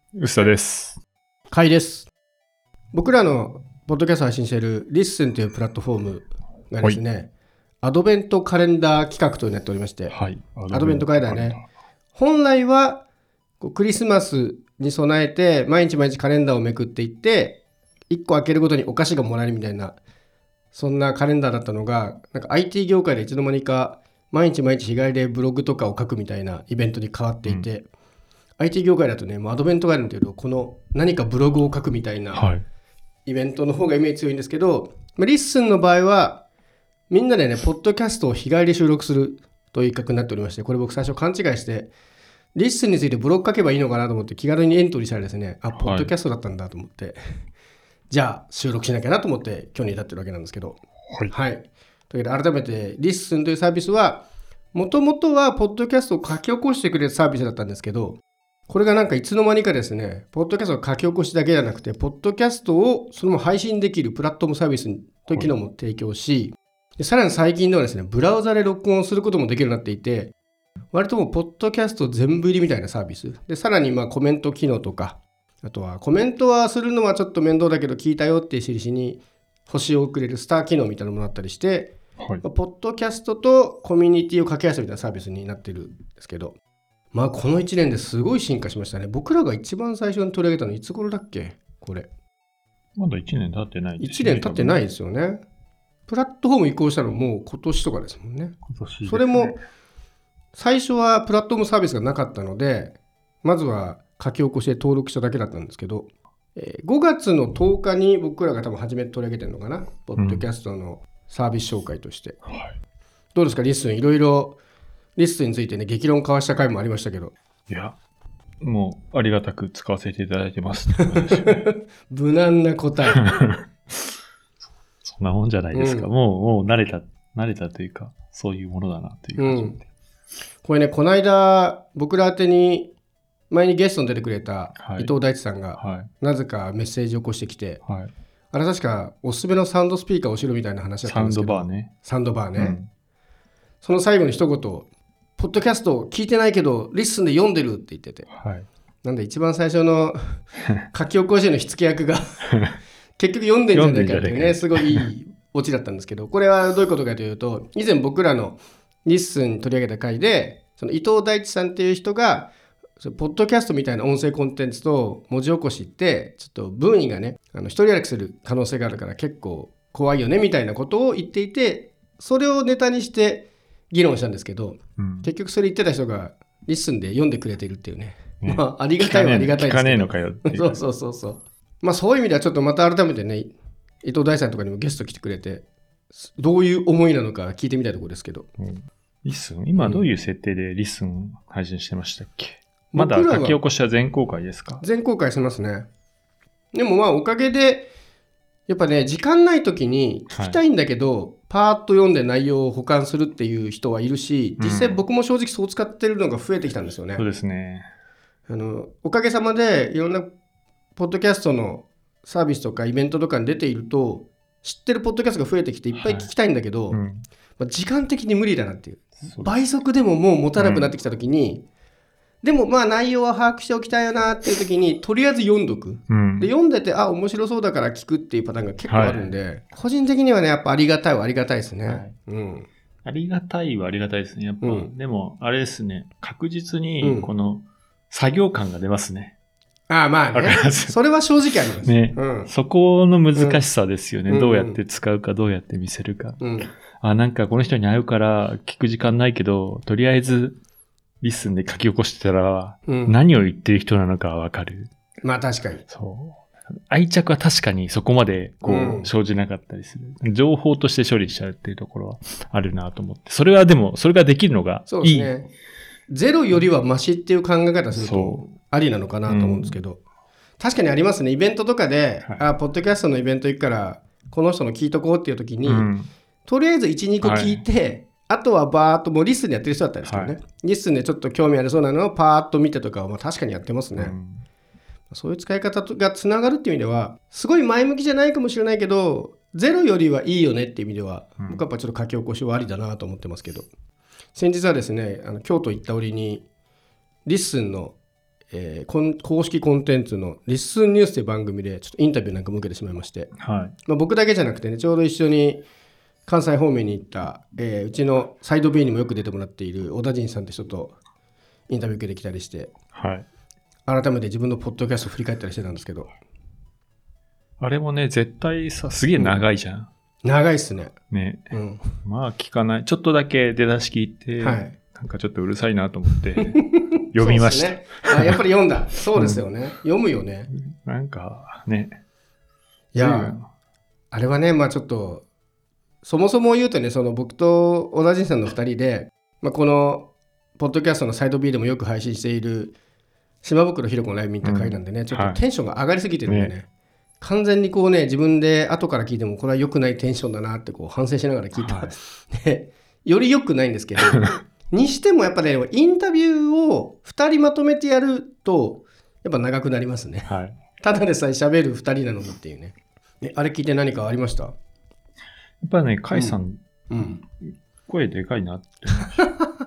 臼田です。 甲斐です。僕らのポッドキャスト配信しているリッスンというプラットフォームがですね、アドベントカレンダー企画となっておりまして、 はい、 アドベントカレンダーね、本来はクリスマスに備えて毎日毎日カレンダーをめくっていって1個開けるごとにお菓子がもらえるみたいな、そんなカレンダーだったのが、なんか IT 業界でいつの間にか毎日毎日日帰りでブログとかを書くみたいなイベントに変わっていて、IT 業界だとね、もうアドベントカレンダーというとこの何かブログを書くみたいなイベントの方がイメージ強いんですけど、リッスンの場合はみんなでね、ポッドキャストを日帰り収録するという企画になっておりまして、これ僕最初勘違いしてリッスンについてブログ書けばいいのかなと思って気軽にエントリーしたらですね、ポッドキャストだったんだと思って、じゃあ収録しなきゃなと思って今日に至ってるわけなんですけど、はい。というわけで改めてリッスンというサービスはもともとはポッドキャストを書き起こしてくれるサービスだったんですけど、これがなんかいつの間にかですね、ポッドキャストの書き起こしだけじゃなくて、ポッドキャストをそのまま配信できるプラットフォームサービスという機能も提供し、さらに最近ではですね、ブラウザで録音することもできるようになっていて、割ともうポッドキャスト全部入りみたいなサービスで、さらにコメント機能とか、あとはコメントはするのはちょっと面倒だけど聞いたよっていう印に星をくれるスター機能みたいなのもあったりして、ポッドキャストとコミュニティを掛け合わせるみたいなサービスになってるんですけど、この1年ですごい進化しましたね。僕らが一番最初に取り上げたのいつ頃だっけこれ。 まだ1年経ってないですね。1年経ってないですよね。プラットフォーム移行したのもう今年とかですもんね。 今年ですね。 それも最初はプラットフォームサービスがなかったので、まずは書き起こしで登録しただけだったんですけど、5月の10日に僕らが多分初めて取り上げてるのかな、ポッドキャストのサービス紹介として。どうですかリッスン、いろいろリッスンについてね、激論交わした回もありましたけど。 いや、もうありがたく使わせていただいてます。 無難な答え。 そんなもんじゃないですか。もう慣れたというか、そういうものだなという感じで。 これね、この間僕ら宛てに前にゲストに出てくれた伊藤大地さんが、なぜかメッセージを起こしてきて、あれ確かおすすめのサウンドスピーカーをしろみたいな話だったんですけど、サウンドバーね、その最後に一言、ポッドキャスト聞いてないけどリッスンで読んでるって言ってて、なんで一番最初の書き起こしの火付け役が結局読んでんじゃないかっていうね、すごいいいオチだったんですけど、これはどういうことかというと、以前僕らのリッスンに取り上げた回で、その伊藤大地さんっていう人がポッドキャストみたいな音声コンテンツと文字起こしってちょっと分異がね、一人歩きする可能性があるから結構怖いよねみたいなことを言っていて、それをネタにして議論したんですけど、結局それ言ってた人がリッスンで読んでくれているっていうね、ありがたいはありがたいですけど、聞かねえのかよっていう。そういう意味ではちょっとまた改めてね、伊藤大さんとかにもゲスト来てくれて、どういう思いなのか聞いてみたいところですけど、 リッスン今どういう設定でリッスン配信してましたっけ？まだ書き起こしは全公開ですか？ 全公開してますね。でもおかげでやっぱね、時間ない時に聞きたいんだけど、パーッと読んで内容を保管するっていう人はいるし、実際僕も正直そう使ってるのが増えてきたんですよね。 そうですね。 おかげさまでいろんなポッドキャストのサービスとかイベントとかに出ていると、知ってるポッドキャストが増えてきていっぱい聞きたいんだけど、時間的に無理だなっていう。倍速でももう持たなくなってきた時に、でも内容は把握しておきたいよなっていう時にとりあえず読んどく、で読んでて面白そうだから聞くっていうパターンが結構あるんで、個人的にはねやっぱありがたいはありがたいですね、 ありがたいはありがたいですねやっぱ、でもあれですね、確実にこの作業感が出ますね。 それは正直ありますね、そこの難しさですよね、どうやって使うかどうやって見せるか、なんかこの人に会うから聞く時間ないけどとりあえずリッスンで書き起こしてたら、何を言ってる人なのかわかる。 確かに。 そう。愛着は確かにそこまで生じなかったりする。情報として処理しちゃうっていうところはあるなと思って。それはでも、それができるのがいい。 そうですね。ゼロよりはマシっていう考え方するとありなのかなと思うんですけど、確かにありますね。イベントとかで、ポッドキャストのイベント行くから、この人の聞いとこうっていう時に、とりあえず1、2個聞いて、あとはバーっともうリスンでやってる人だったんですけどね、リスンでちょっと興味ありそうなのをパーっと見てとかは確かにやってますね、そういう使い方がつながるっていう意味ではすごい前向きじゃないかもしれないけど、ゼロよりはいいよねっていう意味では、僕はやっぱちょっと書き起こしはありだなと思ってますけど、先日はですね京都行った折にリッスンの公式コンテンツのリッスンニュースという番組でちょっとインタビューなんかも受けてしまいまして、 はい。 僕だけじゃなくてね、ちょうど一緒に関西方面に行った、うちのサイド B にもよく出てもらっている小田陣さんって人とインタビュー受けてきたりして、 はい。 改めて自分のポッドキャストを振り返ったりしてたんですけど、 あれもね、絶対さ、すげえ長いじゃん。 長いっすね。 ね。まあ聞かない。ちょっとだけ出だし聞いて、なんかちょっとうるさいなと思って読みました。 そうですね。やっぱり読んだ。そうですよね。読むよね。 なんかね。 いや、あれはね、まあちょっと、そもそも言うとね、その僕と小田陣さんの2人で、このポッドキャストのサイド B でもよく配信している島袋ひろ子のライブ見た回なんでね、ちょっとテンションが上がりすぎてるんでね、完全にこうね、自分で後から聞いてもこれは良くないテンションだなってこう反省しながら聞いた、でより良くないんですけどにしてもやっぱね、インタビューを2人まとめてやるとやっぱ長くなりますね、ただでさえ喋る2人なのにっていうね。あれ聞いて何かありました？ やっぱね、甲斐さん、声でかいなって思いました。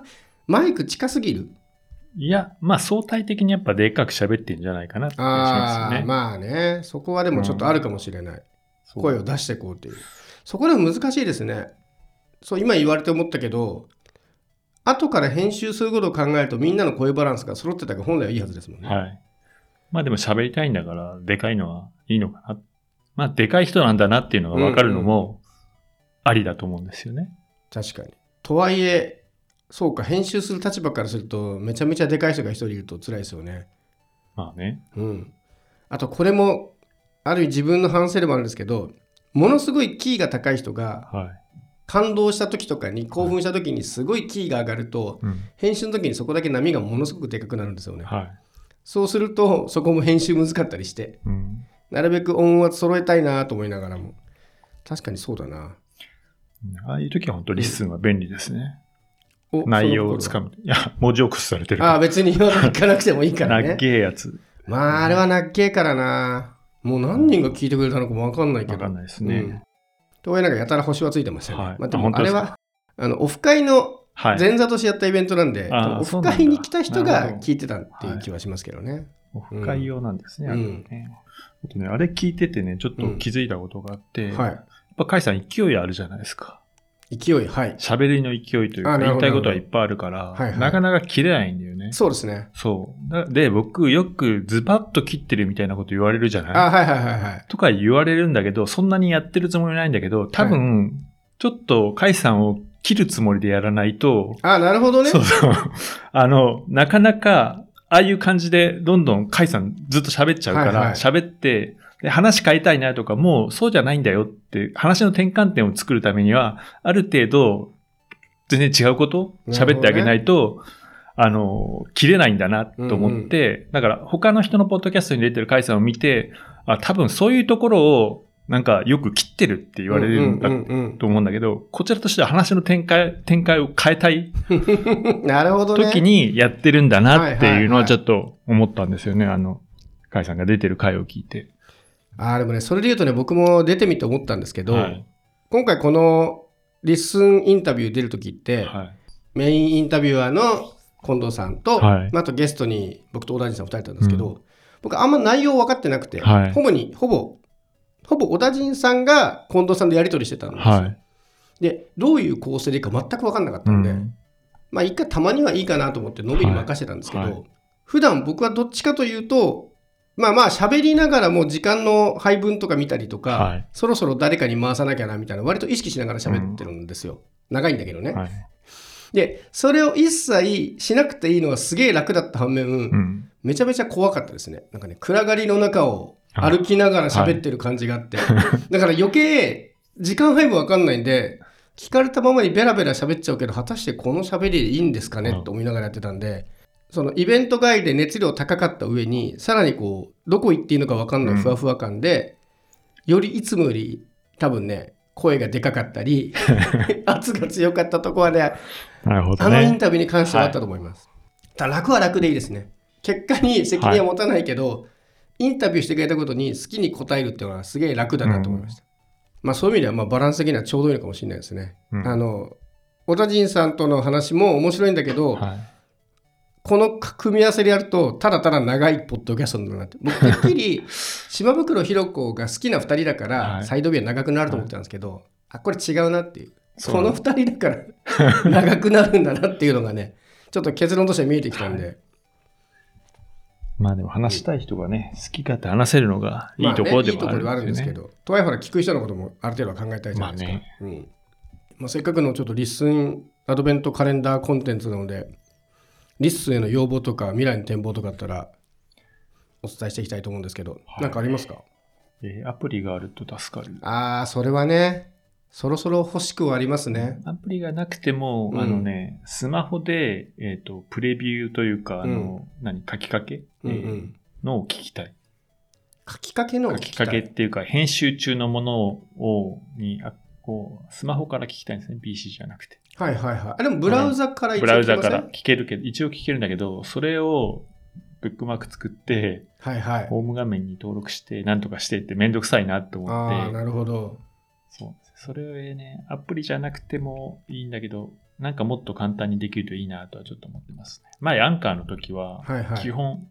マイク近すぎる？ いや、まあ相対的にやっぱでっかく喋ってんじゃないかなって気がしますね。 まあね、そこはでもちょっとあるかもしれない。声を出していこうっていう。そこでも難しいですね。そう、今言われて思ったけど、後から編集することを考えるとみんなの声バランスが揃ってたから本来はいいはずですもんね。 はい。まあでも喋りたいんだから、でかいのはいいのかな。まあでかい人なんだなっていうのが分かるのもありだと思うんですよね。 確かに。とはいえ、そうか、編集する立場からするとめちゃめちゃでかい人が一人いると辛いですよね。 まあね。 あとこれもある意味自分の反省でもあるんですけど、ものすごいキーが高い人が感動した時とかに興奮した時にすごいキーが上がると、編集の時にそこだけ波がものすごくでかくなるんですよね。そうするとそこも編集難かったりして、なるべく音圧揃えたいなと思いながらも、確かにそうだな。 ああいう時は本当リッスンは便利ですね。内容をつかむ。いや、文字起こしされてる。 別に今まで行かなくてもいいからね。 なっけえやつ。 まあ、あれはなっけえからな。もう何人が聞いてくれたのかもわかんないけど。 わかんないですね。 となんかやたら星はついてましたね。でもあれは、オフ会の前座としてやったイベントなんで、オフ会に来た人が聞いてたっていう気はしますけどね。 オフ会用なんですね。あれ聞いててね、ちょっと気づいたことがあって、やっぱ甲斐さん勢いあるじゃないですか。 勢い、はい。 喋りの勢いというか、言いたいことはいっぱいあるから、なかなか切れないんだよね。 そうですね。 そう。で、僕よくズバッと切ってるみたいなこと言われるじゃない。とか言われるんだけど、そんなにやってるつもりないんだけど、多分、ちょっと甲斐さんを切るつもりでやらないと。 なるほどね。 そうそう。なかなか、ああいう感じでどんどん甲斐さんずっと喋っちゃうから、喋って、で話変えたいなとか、もうそうじゃないんだよって話の転換点を作るためには、ある程度全然違うこと喋ってあげないと、切れないんだなと思って、だから他の人のポッドキャストに出てる甲斐さんを見て、多分そういうところをなんかよく切ってるって言われるんだと思うんだけど、こちらとしては話の展開を変えたいなるほどね。 時にやってるんだなっていうのはちょっと思ったんですよね。甲斐さんが出てる回を聞いて。 でもね、それで言うとね、僕も出てみて思ったんですけど、今回このリッスンインタビュー出るときって、メインインタビュアーの近藤さんと、あとゲストに僕と小田陣さん2人いたんですけど、僕あんま内容分かってなくて、ほぼ小田陣さんが近藤さんとやり取りしてたんですよ。で、どういう構成でいいか全く分かんなかったんで、一回たまにはいいかなと思ってのんびり任せてたんですけど、普段僕はどっちかというと、喋りながらも時間の配分とか見たりとか、そろそろ誰かに回さなきゃなみたいな、割と意識しながら喋ってるんですよ。長いんだけどね。で、それを一切しなくていいのがすげえ楽だった反面、めちゃめちゃ怖かったですね。なんかね、暗がりの中を歩きながら喋ってる感じがあって、だから余計時間配分わかんないんで、聞かれたままにベラベラ喋っちゃうけど、果たしてこの喋りでいいんですかねと思いながらやってたんで、そのイベント外で熱量高かった上に、さらにこうどこ行っていいのか分かんないふわふわ感で、よりいつもより多分ね、声がでかかったり圧が強かったところはね、インタビューに関してはあったと思います。ただ楽は楽でいいですね。結果に責任は持たないけど、インタビューしてくれたことに好きに答えるっていうのはすげえ楽だなと思いました。そういう意味ではバランス的にはちょうどいいのかもしれないですね。小田陣さんとの話も面白いんだけど、 この組み合わせでやるとただただ長いポッドキャストになって、僕てっきり島袋ひろ子が好きな2人だから、はい、サイド B は長くなると思ってたんですけど、はい、あ、これ違うなっていう、この2人だから長くなるんだなっていうのがねちょっと結論として見えてきたんで、はい、 まあでも話したい人がね、好き勝手話せるのがいいところでもあるんですよね。いいところではあるんですけど、とはいえほら聞く人のこともある程度は考えたいじゃないですか。まあね、まあ、せっかくのちょっとリッスンアドベントカレンダーコンテンツなので、リッスンへの要望とか未来の展望とかあったらお伝えしていきたいと思うんですけど、何かありますか？ アプリがあると助かる。 ああ、それはね、そろそろ欲しくはありますね。 アプリがなくても、スマホで、プレビューというか、書きかけ、のを聞きたい。 書きかけのを聞きたい。 書きかけっていうか、編集中のものスマホから聞きたいんですね。PC じゃなくて。 はいはいはい。でもブラウザから一応聞きません？ブラウザから聞けるけど、一応聞けるんだけど、それをブックマーク作って、 はいはい、 ホーム画面に登録して、なんとかしてってめんどくさいなと思って。 ああ、なるほど。 そう。それね、アプリじゃなくてもいいんだけど、なんかもっと簡単にできるといいなとはちょっと思ってますね。前アンカーの時は、基本、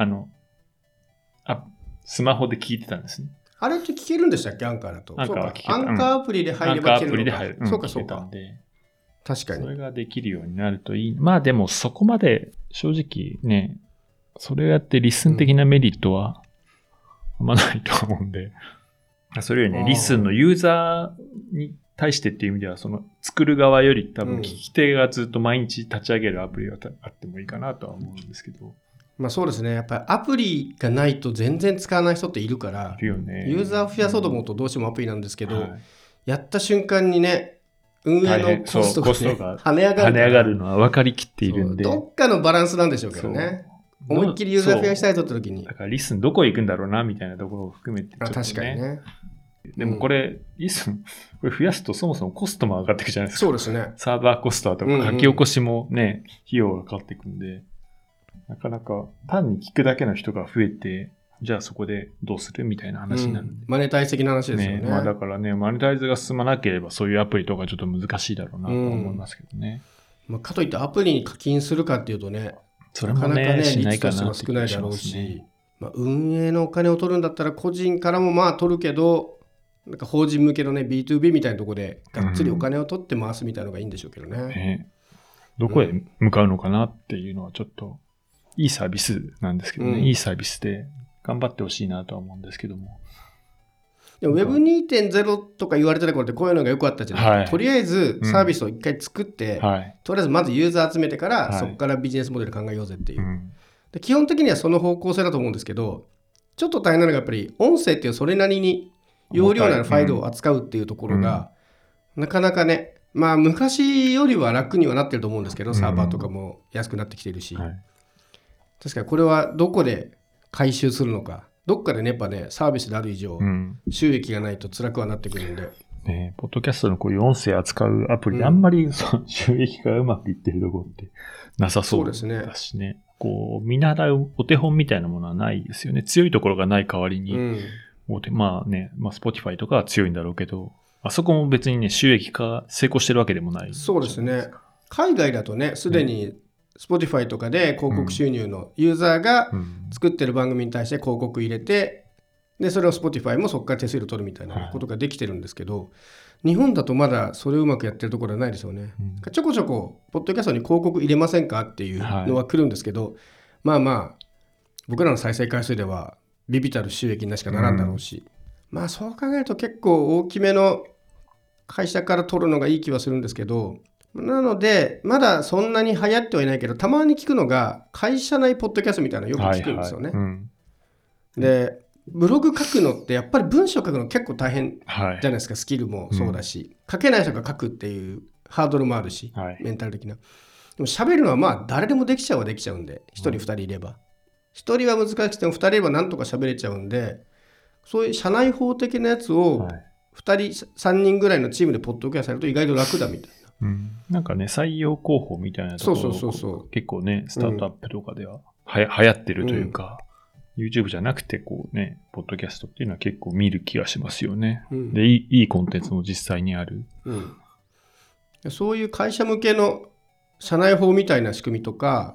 スマホで聞いてたんですね。 あれって聞けるんでしたっけ？アンカーだと。 アンカーは聞けた。 アンカーアプリで入れば聞けるのか。アンカーアプリで入る。そうかそうか。確かに。 それができるようになるといい。まあでもそこまで正直ね、それをやってリスン的なメリットはあんまないと思うんで、それよりね、リスンのユーザーに対してっていう意味では、その作る側より多分聞き手がずっと毎日立ち上げるアプリがあってもいいかなとは思うんですけど。 まあそうですね。やっぱりアプリがないと全然使わない人っているから、 いるよね、 ユーザーを増やそうと思うとどうしてもアプリなんですけど、やった瞬間にね、運営のコストが、跳ね上がるのは分かりきっているんで。 どっかのバランスなんでしょうけどね。思いっきりユーザー増やしたいとった時に。 だからリスンどこ行くんだろうなみたいなところを含めてちょっと、ね。 確かにね。 でもこれ、リスン、これ増やすとそもそもコストも上がっていくじゃないですか。 そうですね。 サーバーコストとか書き起こしもね、費用がかかっていくんで、なかなか単に聞くだけの人が増えて、じゃあそこでどうするみたいな話になるんで。 マネタイズ的な話ですよね。 まあだからね、マネタイズが進まなければそういうアプリとかちょっと難しいだろうなと思いますけどね。 まあ、かといってアプリに課金するかっていうとね、 それもね、なかなかね、率としては少ないだろうし、まあ、運営のお金を取るんだったら個人からもまあ取るけど、なんか法人向けのね B2B みたいなところでがっつりお金を取って回すみたいなのがいいんでしょうけどね。 どこへ向かうのかなっていうのはちょっといいサービスなんですけどね、いいサービスで頑張ってほしいなとは思うんですけども。 でも Web2.0 とか言われてた頃ってこういうのがよくあったじゃないですか。とりあえずサービスを一回作って、とりあえずまずユーザー集めてから、そこからビジネスモデル考えようぜっていう、で基本的にはその方向性だと思うんですけど、ちょっと大変なのがやっぱり音声っていうそれなりに容量のあるファイルを扱うっていうところが、なかなかね、まあ昔よりは楽にはなってると思うんですけど、サーバーとかも安くなってきてるし、確かにこれはどこで回収するのか、どっかでねやっぱねサービスである以上、収益がないと辛くはなってくるんで、 ポッドキャストのこういう音声扱うアプリであんまり収益がうまくいってるところってなさそうだしね、こう見習うお手本みたいなものはないですよね。強いところがない代わりに、まあね、まあ Spotify とかは強いんだろうけど、あそこも別にね収益化成功してるわけでもない。 そうですね。海外だとねすでにSpotify とかで広告収入のユーザーが作ってる番組に対して広告入れて、でそれを Spotify もそこから手数料取るみたいなことができてるんですけど、日本だとまだそれをうまくやってるところはないですよね。ちょこちょこポッドキャストに広告入れませんかっていうのは来るんですけど、まあまあ僕らの再生回数では微々たる収益になしかならんだろうし、まあそう考えると結構大きめの会社から取るのがいい気はするんですけど、なのでまだそんなに流行ってはいないけど、たまに聞くのが会社内ポッドキャストみたいなのよく聞くんですよね。でブログ書くのってやっぱり文章書くの結構大変じゃないですか。スキルもそうだし、書けない人が書くっていうハードルもあるし、メンタル的な。でも喋るのはまあ誰でもできちゃうはできちゃうんで、1人2人いれば、1人は難しくても2人いればなんとか喋れちゃうんで、そういう社内法的なやつを2人3人ぐらいのチームでポッドキャストやると意外と楽だみたいな。 なんかね、採用広報みたいなところ結構ね、スタートアップとかでは流行ってるというか、YouTube じゃなくてこうね、ポッドキャストっていうのは結構見る気がしますよね。で、いいコンテンツも実際にある。 そういう会社向けの社内法みたいな仕組みとか、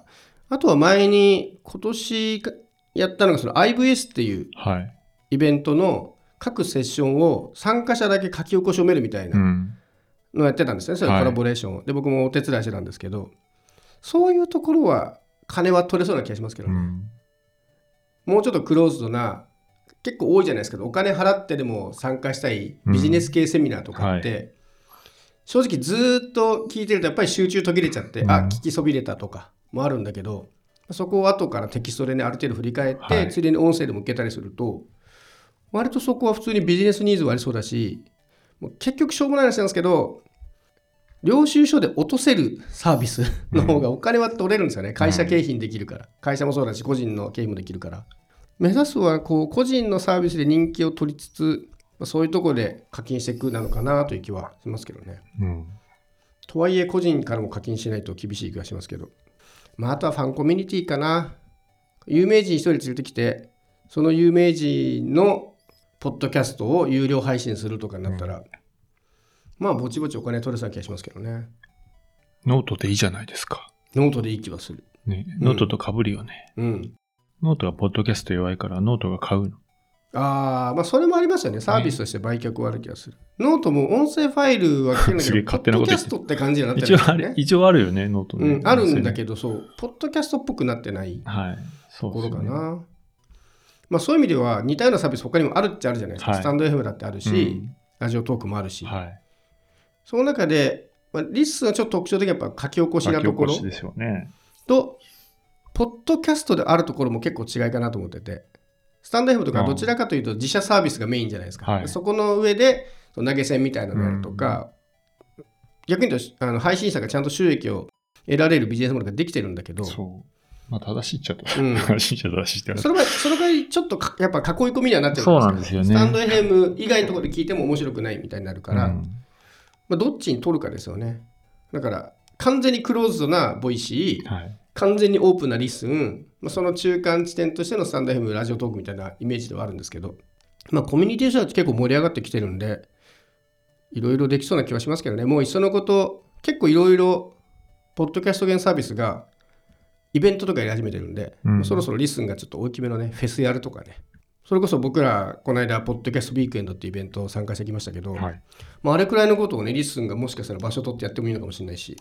あとは前に今年やったのがその IVS っていうイベントの各セッションを参加者だけ書き起こしをめるみたいなのをやってたんですね、そういうコラボレーションを。で僕もお手伝いしてたんですけど、そういうところは金は取れそうな気がしますけどね、もうちょっとクローズドな、結構多いじゃないですか、お金払ってでも参加したいビジネス系セミナーとかって、正直ずっと聞いてるとやっぱり集中途切れちゃって、聞きそびれたとかもあるんだけど、そこを後からテキストでねある程度振り返って、ついでに音声でも受けたりすると、割とそこは普通にビジネスニーズはありそうだし、もう結局しょうもない話なんですけど、領収書で落とせるサービスの方がお金は取れるんですよね、会社経費にできるから、会社もそうだし個人の経費もできるから。目指すはこう個人のサービスで人気を取りつつ、そういうところで課金していくなのかなという気はしますけどね、とはいえ個人からも課金しないと厳しい気がしますけど、あとはファンコミュニティかな。有名人一人連れてきて、その有名人のポッドキャストを有料配信するとかになったら、ぼちぼちお金取れそうな気がしますけどね。 ノートでいいじゃないですか。 ノートでいい気はする、 ノートと被るよね。ノートはポッドキャスト弱いからノートが買うの。 それもありますよね。サービスとして売却はある気がする。ノートも音声ファイルは聞けないけど、ポッドキャストって感じになってるんですよね。 一応あるよね、ノートね。 あるんだけど、そう、ポッドキャストっぽくなってないところかな。そういう意味では似たようなサービス他にもあるっちゃあるじゃないですか。スタンド FM だってあるし、ラジオトークもあるし。その中で、リッスンはちょっと特徴的にやっぱ書き起こしなところですよね。 と、ポッドキャストであるところも結構違いかなと思ってて、スタンド FM とかどちらかというと自社サービスがメインじゃないですか。そこの上で投げ銭みたいなのやるとか、逆に言うと配信者がちゃんと収益を得られるビジネスモデルができてるんだけど、 正しいっちゃ正しいっちゃ正しいってその場合ちょっとやっぱ囲い込みにはなってるんですよね。スタンド FM 以外のところで聞いても面白くないみたいになるから、どっちに取るかですよね。だから完全にクローズドなボイシー、完全にオープンなリスン、その中間地点としてのスタンド FM ラジオトークみたいなイメージではあるんですけど、コミュニティとしては結構盛り上がってきてるんで、いろいろできそうな気はしますけどね。もういっそのこと結構いろいろポッドキャスト系サービスがイベントとかやり始めてるんで、そろそろリスンがちょっと大きめのねフェスやるとかね。それこそ僕らこの間ポッドキャストウィークエンドっていうイベントを参加してきましたけど、あれくらいのことをねリスンがもしかしたら場所取ってやってもいいのかもしれないし、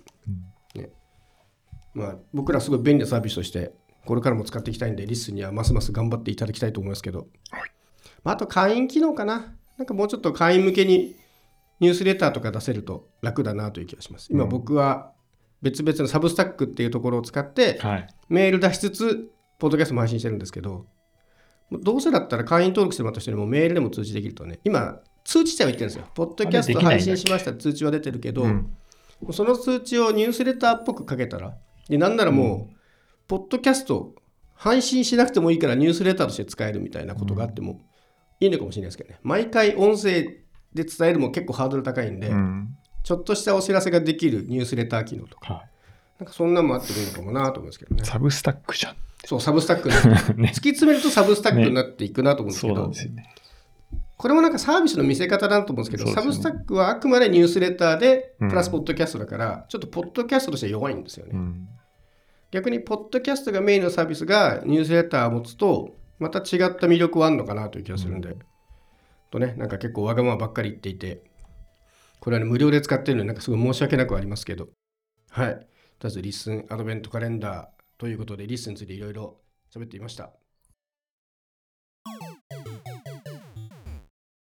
僕らすごい便利なサービスとしてこれからも使っていきたいんで、リスンにはますます頑張っていただきたいと思いますけど、あと会員機能かな。なんかもうちょっと会員向けにニュースレターとか出せると楽だなという気がします。今僕は別々のサブスタックっていうところを使ってメール出しつつポッドキャストも配信してるんですけど、どうせだったら会員登録してもらった人にもメールでも通知できるとね、今通知者は言ってるんですよ。ポッドキャスト配信しました通知は出てるけど、その通知をニュースレターっぽくかけたら、でなんならもうポッドキャスト配信しなくてもいいからニュースレターとして使えるみたいなことがあってもいいのかもしれないですけどね。毎回音声で伝えるも結構ハードル高いんで、ちょっとしたお知らせができるニュースレター機能とか、なんかそんなのもあってもいいのかもなと思うんですけどね。 サブスタックじゃん。 そう、サブスタックになって突き詰めるとサブスタックになっていくなと思うんですけど、これもなんかサービスの見せ方だと思うんですけど、サブスタックはあくまでニュースレターでプラスポッドキャストだから、ちょっとポッドキャストとして弱いんですよね。逆にポッドキャストがメインのサービスがニュースレターを持つとまた違った魅力はあるのかなという気がするんで、なんか結構わがままばっかり言っていて、これは、無料で使ってるのになんかすごい申し訳なくありますけど、とりあえずリッスンアドベントカレンダーということでリッスンについていろいろ喋っていました。